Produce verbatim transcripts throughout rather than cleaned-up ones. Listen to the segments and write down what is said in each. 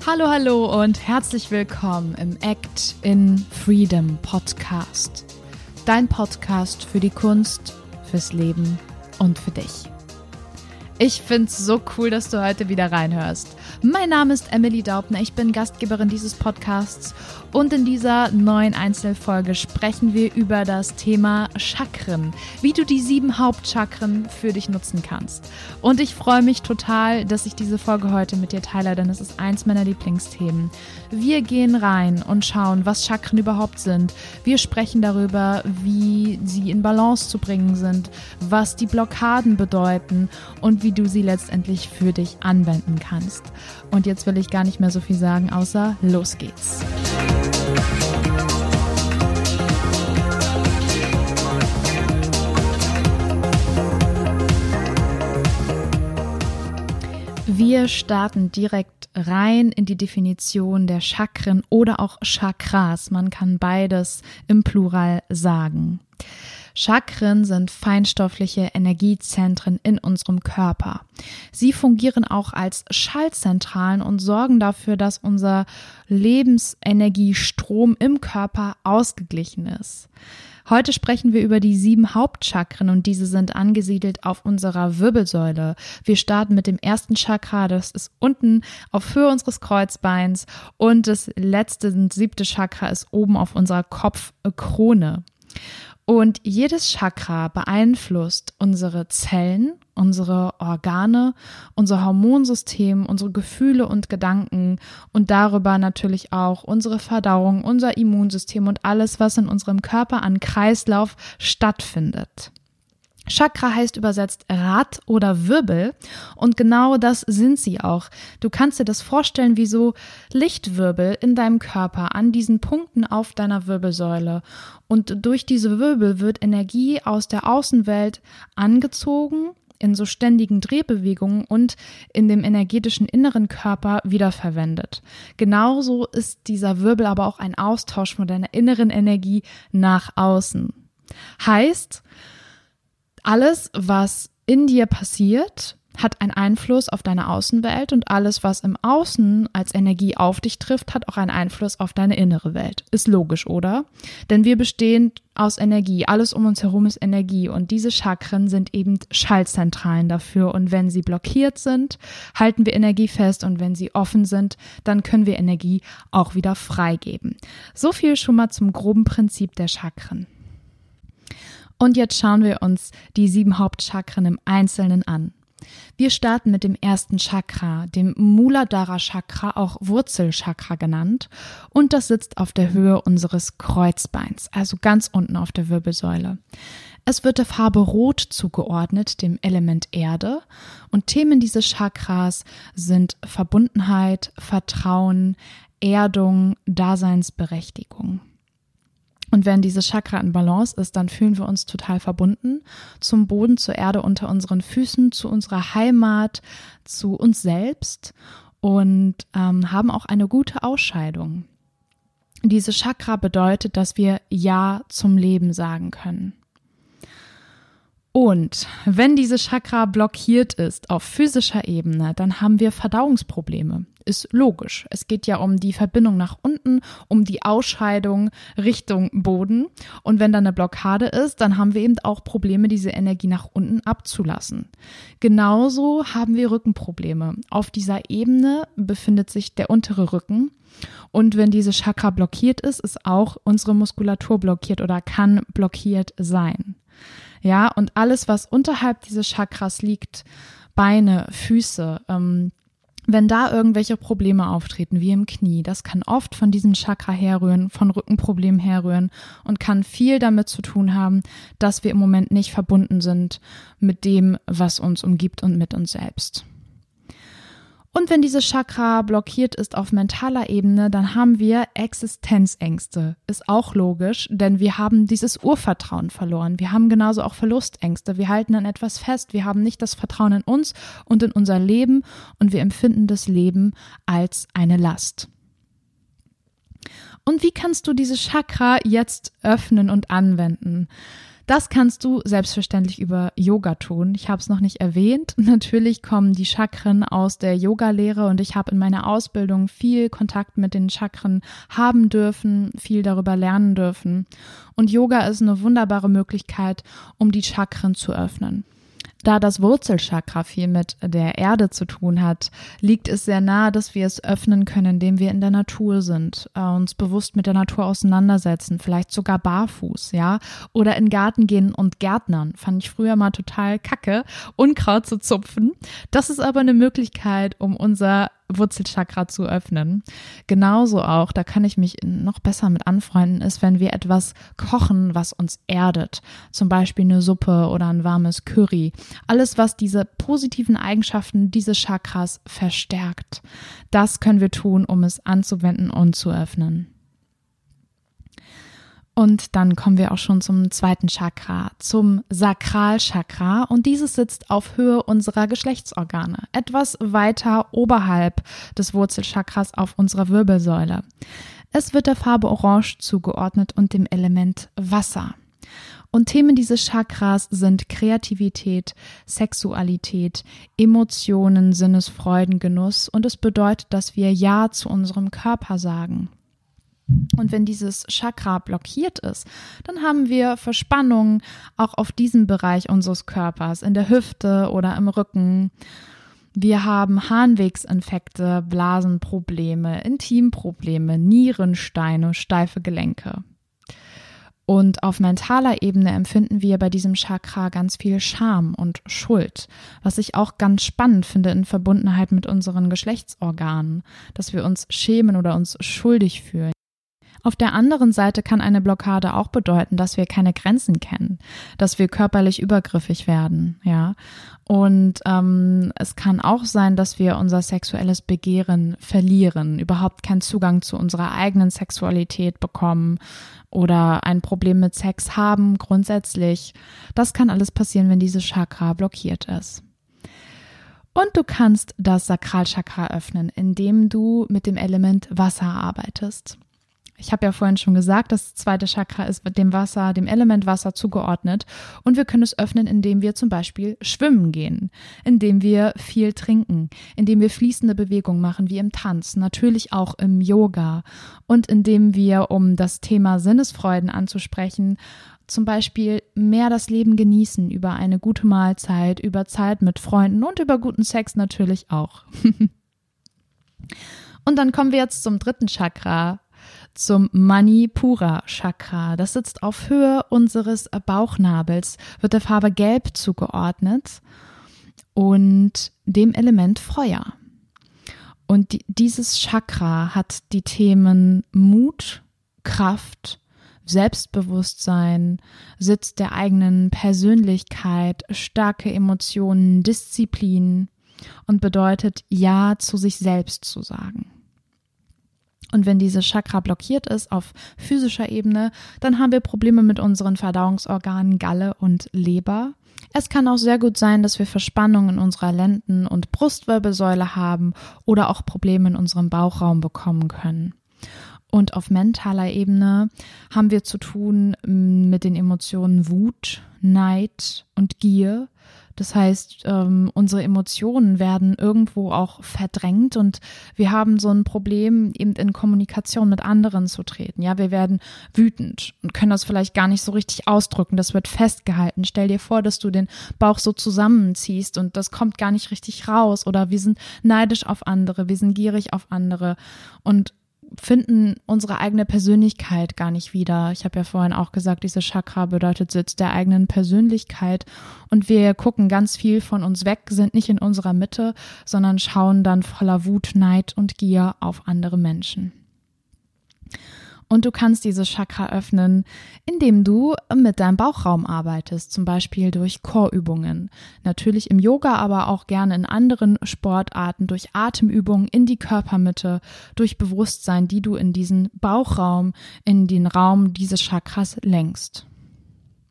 Hallo, hallo und herzlich willkommen im Act in Freedom Podcast. Dein Podcast für die Kunst, fürs Leben und für dich. Ich find's so cool, dass du heute wieder reinhörst. Mein Name ist Emily Daubner, ich bin Gastgeberin dieses Podcasts und in dieser neuen Einzelfolge sprechen wir über das Thema Chakren, wie du die sieben Hauptchakren für dich nutzen kannst. Und ich freue mich total, dass ich diese Folge heute mit dir teile, denn es ist eins meiner Lieblingsthemen. Wir gehen rein und schauen, was Chakren überhaupt sind. Wir sprechen darüber, wie sie in Balance zu bringen sind, was die Blockaden bedeuten und wie du sie letztendlich für dich anwenden kannst. Und jetzt will ich gar nicht mehr so viel sagen, außer los geht's. Wir starten direkt rein in die Definition der Chakren oder auch Chakras. Man kann beides im Plural sagen. Chakren sind feinstoffliche Energiezentren in unserem Körper. Sie fungieren auch als Schaltzentralen und sorgen dafür, dass unser Lebensenergiestrom im Körper ausgeglichen ist. Heute sprechen wir über die sieben Hauptchakren und diese sind angesiedelt auf unserer Wirbelsäule. Wir starten mit dem ersten Chakra, das ist unten auf Höhe unseres Kreuzbeins und das letzte, das siebte Chakra ist oben auf unserer Kopfkrone. Und jedes Chakra beeinflusst unsere Zellen, unsere Organe, unser Hormonsystem, unsere Gefühle und Gedanken und darüber natürlich auch unsere Verdauung, unser Immunsystem und alles, was in unserem Körper an Kreislauf stattfindet. Chakra heißt übersetzt Rad oder Wirbel und genau das sind sie auch. Du kannst dir das vorstellen wie so Lichtwirbel in deinem Körper an diesen Punkten auf deiner Wirbelsäule und durch diese Wirbel wird Energie aus der Außenwelt angezogen in so ständigen Drehbewegungen und in dem energetischen inneren Körper wiederverwendet. Genauso ist dieser Wirbel aber auch ein Austausch von deiner inneren Energie nach außen. Heißt, alles, was in dir passiert, hat einen Einfluss auf deine Außenwelt und alles, was im Außen als Energie auf dich trifft, hat auch einen Einfluss auf deine innere Welt. Ist logisch, oder? Denn wir bestehen aus Energie. Alles um uns herum ist Energie und diese Chakren sind eben Schaltzentralen dafür und wenn sie blockiert sind, halten wir Energie fest und wenn sie offen sind, dann können wir Energie auch wieder freigeben. So viel schon mal zum groben Prinzip der Chakren. Und jetzt schauen wir uns die sieben Hauptchakren im Einzelnen an. Wir starten mit dem ersten Chakra, dem Muladhara Chakra, auch Wurzelchakra genannt. Und das sitzt auf der Höhe unseres Kreuzbeins, also ganz unten auf der Wirbelsäule. Es wird der Farbe Rot zugeordnet, dem Element Erde. Und Themen dieses Chakras sind Verbundenheit, Vertrauen, Erdung, Daseinsberechtigung. Und wenn dieses Chakra in Balance ist, dann fühlen wir uns total verbunden zum Boden, zur Erde unter unseren Füßen, zu unserer Heimat, zu uns selbst und ähm, haben auch eine gute Ausscheidung. Dieses Chakra bedeutet, dass wir Ja zum Leben sagen können. Und wenn dieses Chakra blockiert ist auf physischer Ebene, dann haben wir Verdauungsprobleme. Ist logisch. Es geht ja um die Verbindung nach unten, um die Ausscheidung Richtung Boden. Und wenn da eine Blockade ist, dann haben wir eben auch Probleme, diese Energie nach unten abzulassen. Genauso haben wir Rückenprobleme. Auf dieser Ebene befindet sich der untere Rücken. Und wenn diese Chakra blockiert ist, ist auch unsere Muskulatur blockiert oder kann blockiert sein. Ja, und alles, was unterhalb dieses Chakras liegt, Beine, Füße, ähm, wenn da irgendwelche Probleme auftreten, wie im Knie, das kann oft von diesem Chakra herrühren, von Rückenproblemen herrühren und kann viel damit zu tun haben, dass wir im Moment nicht verbunden sind mit dem, was uns umgibt und mit uns selbst. Und wenn dieses Chakra blockiert ist auf mentaler Ebene, dann haben wir Existenzängste. Ist auch logisch, denn wir haben dieses Urvertrauen verloren. Wir haben genauso auch Verlustängste. Wir halten an etwas fest. Wir haben nicht das Vertrauen in uns und in unser Leben und wir empfinden das Leben als eine Last. Und wie kannst du dieses Chakra jetzt öffnen und anwenden? Das kannst du selbstverständlich über Yoga tun. Ich habe es noch nicht erwähnt. Natürlich kommen die Chakren aus der Yoga-Lehre und ich habe in meiner Ausbildung viel Kontakt mit den Chakren haben dürfen, viel darüber lernen dürfen. Und Yoga ist eine wunderbare Möglichkeit, um die Chakren zu öffnen. Da das Wurzelchakra viel mit der Erde zu tun hat, liegt es sehr nahe, dass wir es öffnen können, indem wir in der Natur sind, äh, uns bewusst mit der Natur auseinandersetzen, vielleicht sogar barfuß, ja, oder in den Garten gehen und gärtnern. Fand ich früher mal total kacke, Unkraut zu zupfen. Das ist aber eine Möglichkeit, um unser Wurzelchakra zu öffnen. Genauso auch, da kann ich mich noch besser mit anfreunden, ist, wenn wir etwas kochen, was uns erdet. Zum Beispiel eine Suppe oder ein warmes Curry. Alles, was diese positiven Eigenschaften dieses Chakras verstärkt. Das können wir tun, um es anzuwenden und zu öffnen. Und dann kommen wir auch schon zum zweiten Chakra, zum Sakralchakra. Und dieses sitzt auf Höhe unserer Geschlechtsorgane, etwas weiter oberhalb des Wurzelchakras auf unserer Wirbelsäule. Es wird der Farbe Orange zugeordnet und dem Element Wasser. Und Themen dieses Chakras sind Kreativität, Sexualität, Emotionen, Sinnesfreuden, Genuss. Und es bedeutet, dass wir Ja zu unserem Körper sagen. Und wenn dieses Chakra blockiert ist, dann haben wir Verspannungen auch auf diesem Bereich unseres Körpers, in der Hüfte oder im Rücken. Wir haben Harnwegsinfekte, Blasenprobleme, Intimprobleme, Nierensteine, steife Gelenke. Und auf mentaler Ebene empfinden wir bei diesem Chakra ganz viel Scham und Schuld, was ich auch ganz spannend finde in Verbundenheit mit unseren Geschlechtsorganen, dass wir uns schämen oder uns schuldig fühlen. Auf der anderen Seite kann eine Blockade auch bedeuten, dass wir keine Grenzen kennen, dass wir körperlich übergriffig werden, ja. Und ähm, es kann auch sein, dass wir unser sexuelles Begehren verlieren, überhaupt keinen Zugang zu unserer eigenen Sexualität bekommen oder ein Problem mit Sex haben grundsätzlich. Das kann alles passieren, wenn dieses Chakra blockiert ist. Und du kannst das Sakralchakra öffnen, indem du mit dem Element Wasser arbeitest. Ich habe ja vorhin schon gesagt, das zweite Chakra ist mit dem Wasser, dem Element Wasser zugeordnet und wir können es öffnen, indem wir zum Beispiel schwimmen gehen, indem wir viel trinken, indem wir fließende Bewegungen machen wie im Tanz, natürlich auch im Yoga und indem wir, um das Thema Sinnesfreuden anzusprechen, zum Beispiel mehr das Leben genießen über eine gute Mahlzeit, über Zeit mit Freunden und über guten Sex natürlich auch. Und dann kommen wir jetzt zum dritten Chakra, zum Manipura Chakra. Das sitzt auf Höhe unseres Bauchnabels, wird der Farbe Gelb zugeordnet und dem Element Feuer. Und die, dieses Chakra hat die Themen Mut, Kraft, Selbstbewusstsein, Sitz der eigenen Persönlichkeit, starke Emotionen, Disziplin und bedeutet Ja zu sich selbst zu sagen. Und wenn dieses Chakra blockiert ist auf physischer Ebene, dann haben wir Probleme mit unseren Verdauungsorganen Galle und Leber. Es kann auch sehr gut sein, dass wir Verspannungen in unserer Lenden- und Brustwirbelsäule haben oder auch Probleme in unserem Bauchraum bekommen können. Und auf mentaler Ebene haben wir zu tun mit den Emotionen Wut, Neid und Gier. Das heißt, ähm, unsere Emotionen werden irgendwo auch verdrängt und wir haben so ein Problem, eben in Kommunikation mit anderen zu treten. Ja, wir werden wütend und können das vielleicht gar nicht so richtig ausdrücken. Das wird festgehalten. Stell dir vor, dass du den Bauch so zusammenziehst und das kommt gar nicht richtig raus. Oder wir sind neidisch auf andere, wir sind gierig auf andere und finden unsere eigene Persönlichkeit gar nicht wieder. Ich habe ja vorhin auch gesagt, dieses Chakra bedeutet Sitz der eigenen Persönlichkeit und wir gucken ganz viel von uns weg, sind nicht in unserer Mitte, sondern schauen dann voller Wut, Neid und Gier auf andere Menschen. Und du kannst dieses Chakra öffnen, indem du mit deinem Bauchraum arbeitest, zum Beispiel durch Core-Übungen. Natürlich im Yoga, aber auch gerne in anderen Sportarten, durch Atemübungen in die Körpermitte, durch Bewusstsein, die du in diesen Bauchraum, in den Raum dieses Chakras lenkst.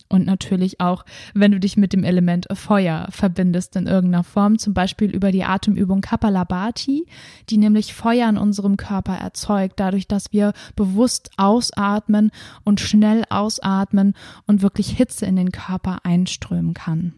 Und natürlich auch, wenn du dich mit dem Element Feuer verbindest in irgendeiner Form, zum Beispiel über die Atemübung Kapalabhati, die nämlich Feuer in unserem Körper erzeugt, dadurch, dass wir bewusst ausatmen und schnell ausatmen und wirklich Hitze in den Körper einströmen kann.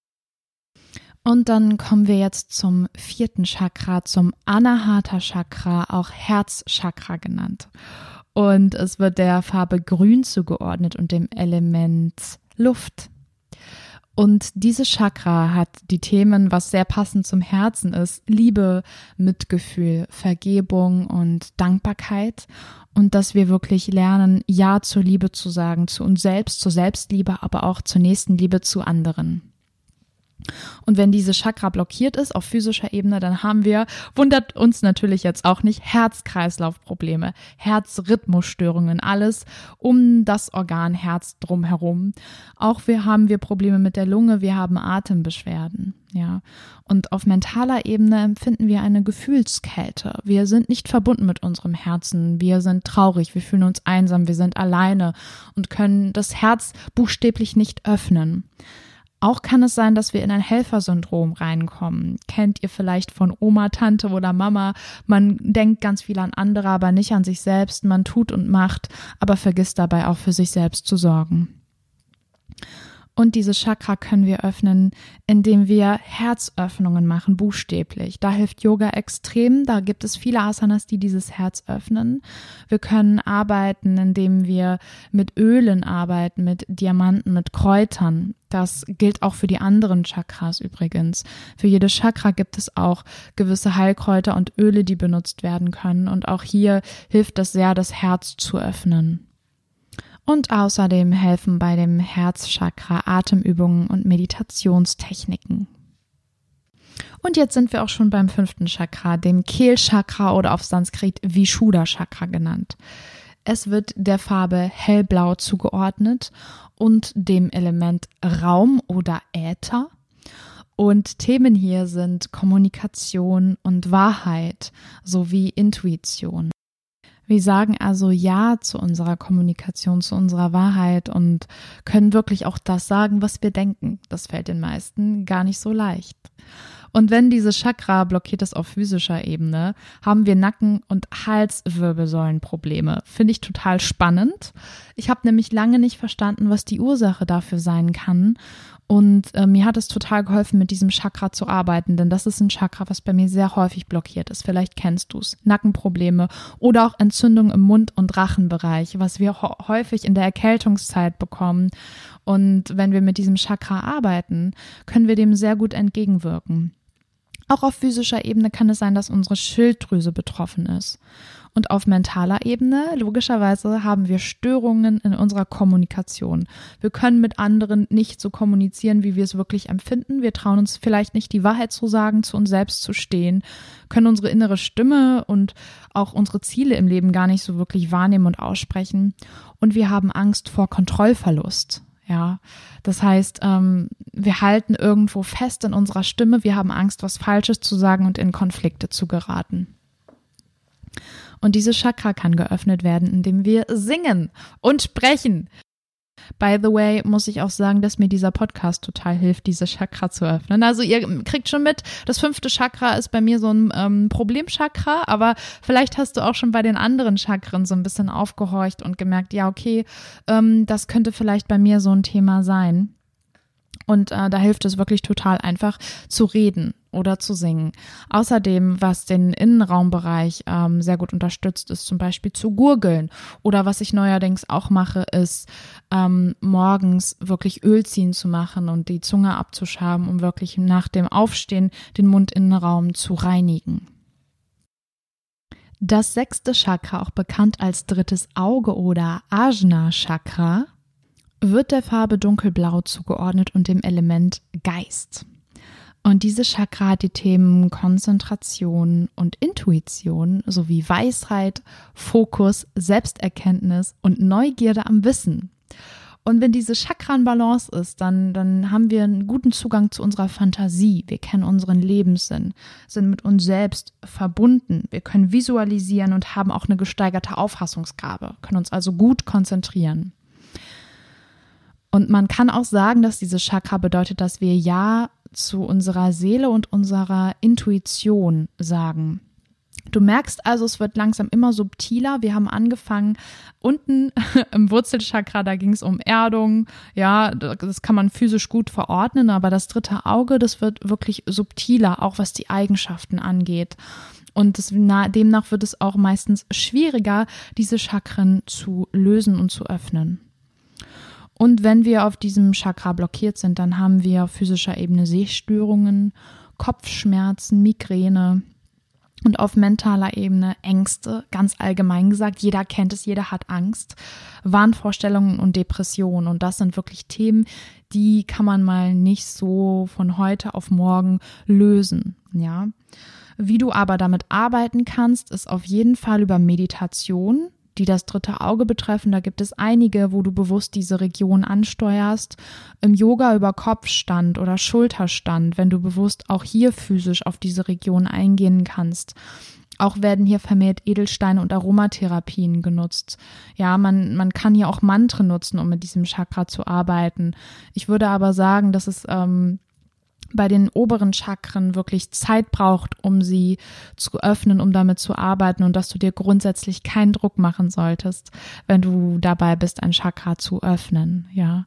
Und dann kommen wir jetzt zum vierten Chakra, zum Anahata Chakra, auch Herzchakra genannt. Und es wird der Farbe Grün zugeordnet und dem Element Luft. Und dieses Chakra hat die Themen, was sehr passend zum Herzen ist, Liebe, Mitgefühl, Vergebung und Dankbarkeit. Und dass wir wirklich lernen, Ja zur Liebe zu sagen, zu uns selbst, zur Selbstliebe, aber auch zur Nächstenliebe zu anderen. Und wenn diese Chakra blockiert ist auf physischer Ebene, dann haben wir, wundert uns natürlich jetzt auch nicht, Herz-Kreislauf-Probleme, Herzrhythmusstörungen, alles um das Organ Herz drumherum. Auch wir haben wir Probleme mit der Lunge, wir haben Atembeschwerden, ja. Und auf mentaler Ebene empfinden wir eine Gefühlskälte. Wir sind nicht verbunden mit unserem Herzen, wir sind traurig, wir fühlen uns einsam, wir sind alleine und können das Herz buchstäblich nicht öffnen. Auch kann es sein, dass wir in ein Helfersyndrom reinkommen. Kennt ihr vielleicht von Oma, Tante oder Mama? Man denkt ganz viel an andere, aber nicht an sich selbst. Man tut und macht, aber vergisst dabei auch für sich selbst zu sorgen. Und dieses Chakra können wir öffnen, indem wir Herzöffnungen machen, buchstäblich. Da hilft Yoga extrem. Da gibt es viele Asanas, die dieses Herz öffnen. Wir können arbeiten, indem wir mit Ölen arbeiten, mit Diamanten, mit Kräutern. Das gilt auch für die anderen Chakras übrigens. Für jedes Chakra gibt es auch gewisse Heilkräuter und Öle, die benutzt werden können. Und auch hier hilft es sehr, das Herz zu öffnen. Und außerdem helfen bei dem Herzchakra Atemübungen und Meditationstechniken. Und jetzt sind wir auch schon beim fünften Chakra, dem Kehlchakra oder auf Sanskrit Vishuddha Chakra genannt. Es wird der Farbe hellblau zugeordnet und dem Element Raum oder Äther. Und Themen hier sind Kommunikation und Wahrheit sowie Intuition. Wir sagen also Ja zu unserer Kommunikation, zu unserer Wahrheit und können wirklich auch das sagen, was wir denken. Das fällt den meisten gar nicht so leicht. Und wenn dieses Chakra blockiert ist auf physischer Ebene, haben wir Nacken- und Halswirbelsäulenprobleme. Finde ich total spannend. Ich habe nämlich lange nicht verstanden, was die Ursache dafür sein kann. Und äh, mir hat es total geholfen, mit diesem Chakra zu arbeiten, denn das ist ein Chakra, was bei mir sehr häufig blockiert ist. Vielleicht kennst du es. Nackenprobleme oder auch Entzündungen im Mund- und Rachenbereich, was wir ho- häufig in der Erkältungszeit bekommen. Und wenn wir mit diesem Chakra arbeiten, können wir dem sehr gut entgegenwirken. Auch auf physischer Ebene kann es sein, dass unsere Schilddrüse betroffen ist. Und auf mentaler Ebene, logischerweise, haben wir Störungen in unserer Kommunikation. Wir können mit anderen nicht so kommunizieren, wie wir es wirklich empfinden. Wir trauen uns vielleicht nicht, die Wahrheit zu sagen, zu uns selbst zu stehen, können unsere innere Stimme und auch unsere Ziele im Leben gar nicht so wirklich wahrnehmen und aussprechen. Und wir haben Angst vor Kontrollverlust. Ja, das heißt, ähm, wir halten irgendwo fest in unserer Stimme. Wir haben Angst, was Falsches zu sagen und in Konflikte zu geraten. Und dieses Chakra kann geöffnet werden, indem wir singen und sprechen. By the way, muss ich auch sagen, dass mir dieser Podcast total hilft, diese Chakra zu öffnen. Also ihr kriegt schon mit, das fünfte Chakra ist bei mir so ein ähm, Problemchakra, aber vielleicht hast du auch schon bei den anderen Chakren so ein bisschen aufgehorcht und gemerkt, ja okay, ähm, das könnte vielleicht bei mir so ein Thema sein. Und äh, da hilft es wirklich total einfach zu reden oder zu singen. Außerdem, was den Innenraumbereich ähm, sehr gut unterstützt, ist zum Beispiel zu gurgeln. Oder was ich neuerdings auch mache, ist ähm, morgens wirklich Öl ziehen zu machen und die Zunge abzuschaben, um wirklich nach dem Aufstehen den Mundinnenraum zu reinigen. Das sechste Chakra, auch bekannt als drittes Auge oder Ajna Chakra, wird der Farbe dunkelblau zugeordnet und dem Element Geist. Und diese Chakra hat die Themen Konzentration und Intuition sowie Weisheit, Fokus, Selbsterkenntnis und Neugierde am Wissen. Und wenn diese Chakra in Balance ist, dann, dann haben wir einen guten Zugang zu unserer Fantasie. Wir kennen unseren Lebenssinn, sind mit uns selbst verbunden. Wir können visualisieren und haben auch eine gesteigerte Auffassungsgabe, können uns also gut konzentrieren. Und man kann auch sagen, dass dieses Chakra bedeutet, dass wir Ja zu unserer Seele und unserer Intuition sagen. Du merkst also, es wird langsam immer subtiler. Wir haben angefangen unten im Wurzelchakra, da ging es um Erdung. Ja, das kann man physisch gut verordnen, aber das dritte Auge, das wird wirklich subtiler, auch was die Eigenschaften angeht. Und das, demnach wird es auch meistens schwieriger, diese Chakren zu lösen und zu öffnen. Und wenn wir auf diesem Chakra blockiert sind, dann haben wir auf physischer Ebene Sehstörungen, Kopfschmerzen, Migräne und auf mentaler Ebene Ängste, ganz allgemein gesagt. Jeder kennt es, jeder hat Angst, Wahnvorstellungen und Depressionen. Und das sind wirklich Themen, die kann man mal nicht so von heute auf morgen lösen, ja. Wie du aber damit arbeiten kannst, ist auf jeden Fall über Meditation, die das dritte Auge betreffen. Da gibt es einige, wo du bewusst diese Region ansteuerst. Im Yoga über Kopfstand oder Schulterstand, wenn du bewusst auch hier physisch auf diese Region eingehen kannst. Auch werden hier vermehrt Edelsteine und Aromatherapien genutzt. Ja, man, man kann hier auch Mantren nutzen, um mit diesem Chakra zu arbeiten. Ich würde aber sagen, dass es ähm, bei den oberen Chakren wirklich Zeit braucht, um sie zu öffnen, um damit zu arbeiten und dass du dir grundsätzlich keinen Druck machen solltest, wenn du dabei bist, ein Chakra zu öffnen, ja.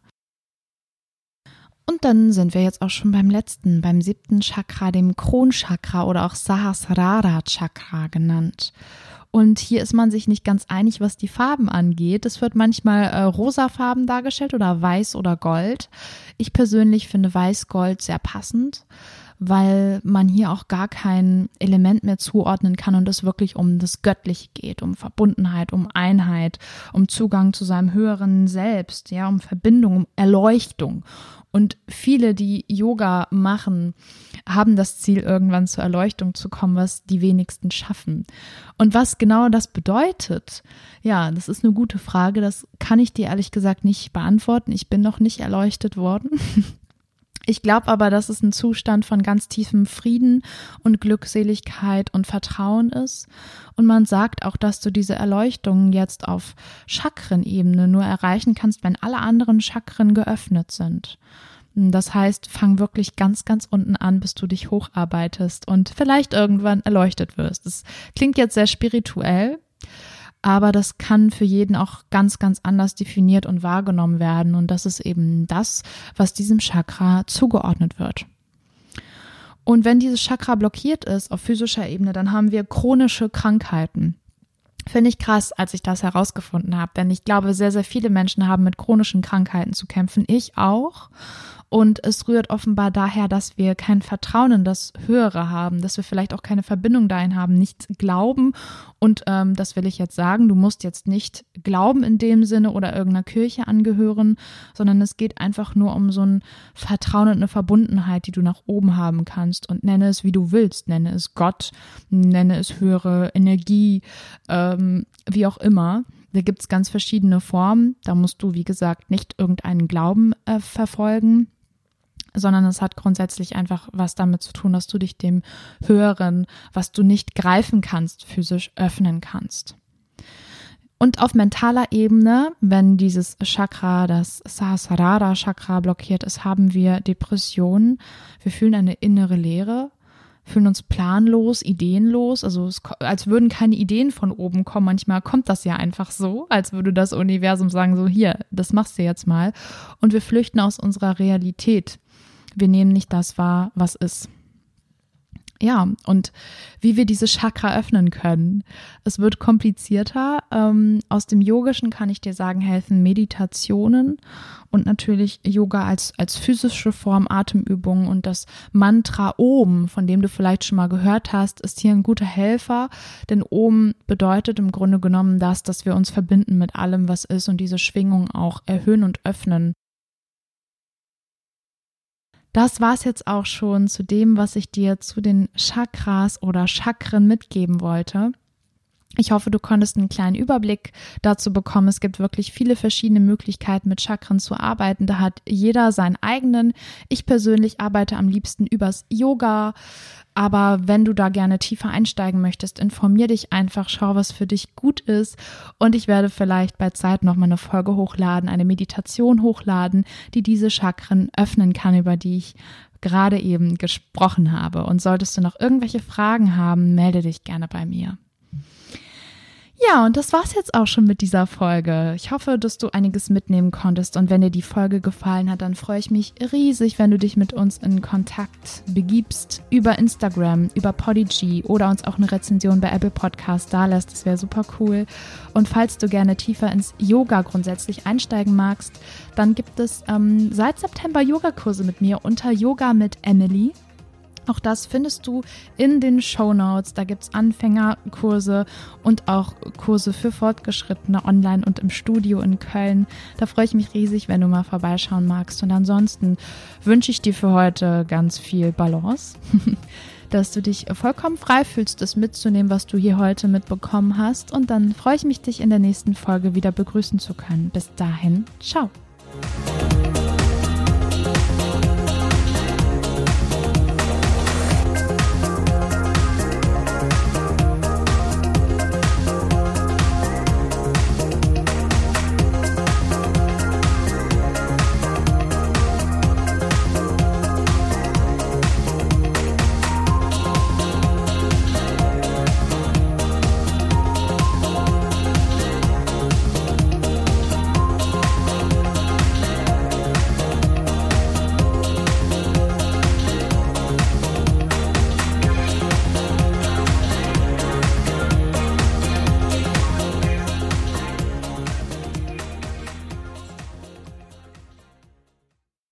Und dann sind wir jetzt auch schon beim letzten, beim siebten Chakra, dem Kronchakra oder auch Sahasrara Chakra genannt. Und hier ist man sich nicht ganz einig, was die Farben angeht. Es wird manchmal äh, rosafarben dargestellt oder weiß oder gold. Ich persönlich finde weiß-gold sehr passend, weil man hier auch gar kein Element mehr zuordnen kann und es wirklich um das Göttliche geht, um Verbundenheit, um Einheit, um Zugang zu seinem höheren Selbst, ja, um Verbindung, um Erleuchtung. Und viele, die Yoga machen, haben das Ziel, irgendwann zur Erleuchtung zu kommen, was die wenigsten schaffen. Und was genau das bedeutet, ja, das ist eine gute Frage. Das kann ich dir ehrlich gesagt nicht beantworten. Ich bin noch nicht erleuchtet worden. Ich glaube aber, dass es ein Zustand von ganz tiefem Frieden und Glückseligkeit und Vertrauen ist. Und man sagt auch, dass du diese Erleuchtung jetzt auf Chakrenebene nur erreichen kannst, wenn alle anderen Chakren geöffnet sind. Das heißt, fang wirklich ganz, ganz unten an, bis du dich hocharbeitest und vielleicht irgendwann erleuchtet wirst. Das klingt jetzt sehr spirituell, aber das kann für jeden auch ganz, ganz anders definiert und wahrgenommen werden. Und das ist eben das, was diesem Chakra zugeordnet wird. Und wenn dieses Chakra blockiert ist auf physischer Ebene, dann haben wir chronische Krankheiten. Finde ich krass, als ich das herausgefunden habe, denn ich glaube, sehr, sehr viele Menschen haben mit chronischen Krankheiten zu kämpfen. Ich auch. Und es rührt offenbar daher, dass wir kein Vertrauen in das Höhere haben, dass wir vielleicht auch keine Verbindung dahin haben, nicht glauben. Und ähm, das will ich jetzt sagen, du musst jetzt nicht glauben in dem Sinne oder irgendeiner Kirche angehören, sondern es geht einfach nur um so ein Vertrauen und eine Verbundenheit, die du nach oben haben kannst. Und nenne es, wie du willst. Nenne es Gott, nenne es höhere Energie, ähm, wie auch immer. Da gibt es ganz verschiedene Formen. Da musst du, wie gesagt, nicht irgendeinen Glauben äh, verfolgen, sondern es hat grundsätzlich einfach was damit zu tun, dass du dich dem Höheren, was du nicht greifen kannst, physisch öffnen kannst. Und auf mentaler Ebene, wenn dieses Chakra, das Sahasrara Chakra blockiert ist, haben wir Depressionen. Wir fühlen eine innere Leere, fühlen uns planlos, ideenlos, also es, als würden keine Ideen von oben kommen. Manchmal kommt das ja einfach so, als würde das Universum sagen, so hier, das machst du jetzt mal. Und wir flüchten aus unserer Realität. Wir nehmen nicht das wahr, was ist. Ja, und wie wir diese Chakra öffnen können. Es wird komplizierter. Ähm, aus dem Yogischen kann ich dir sagen, helfen Meditationen und natürlich Yoga als, als physische Form, Atemübungen und das Mantra Om, von dem du vielleicht schon mal gehört hast, ist hier ein guter Helfer, denn Om bedeutet im Grunde genommen das, dass wir uns verbinden mit allem, was ist und diese Schwingung auch erhöhen und öffnen. Das war's jetzt auch schon zu dem, was ich dir zu den Chakras oder Chakren mitgeben wollte. Ich hoffe, du konntest einen kleinen Überblick dazu bekommen. Es gibt wirklich viele verschiedene Möglichkeiten, mit Chakren zu arbeiten. Da hat jeder seinen eigenen. Ich persönlich arbeite am liebsten übers Yoga. Aber wenn du da gerne tiefer einsteigen möchtest, informier dich einfach, schau, was für dich gut ist. Und ich werde vielleicht bei Zeit nochmal eine Folge hochladen, eine Meditation hochladen, die diese Chakren öffnen kann, über die ich gerade eben gesprochen habe. Und solltest du noch irgendwelche Fragen haben, melde dich gerne bei mir. Ja, und das war's jetzt auch schon mit dieser Folge. Ich hoffe, dass du einiges mitnehmen konntest, und wenn dir die Folge gefallen hat, dann freue ich mich riesig, wenn du dich mit uns in Kontakt begibst über Instagram, über Podigy oder uns auch eine Rezension bei Apple Podcast dalässt. Das wäre super cool. Und falls du gerne tiefer ins Yoga grundsätzlich einsteigen magst, dann gibt es ähm, seit September Yogakurse mit mir unter Yoga mit Emily. Auch das findest du in den Shownotes. Da gibt's Anfängerkurse und auch Kurse für Fortgeschrittene online und im Studio in Köln. Da freue ich mich riesig, wenn du mal vorbeischauen magst. Und ansonsten wünsche ich dir für heute ganz viel Balance, dass du dich vollkommen frei fühlst, das mitzunehmen, was du hier heute mitbekommen hast. Und dann freue ich mich, dich in der nächsten Folge wieder begrüßen zu können. Bis dahin, ciao.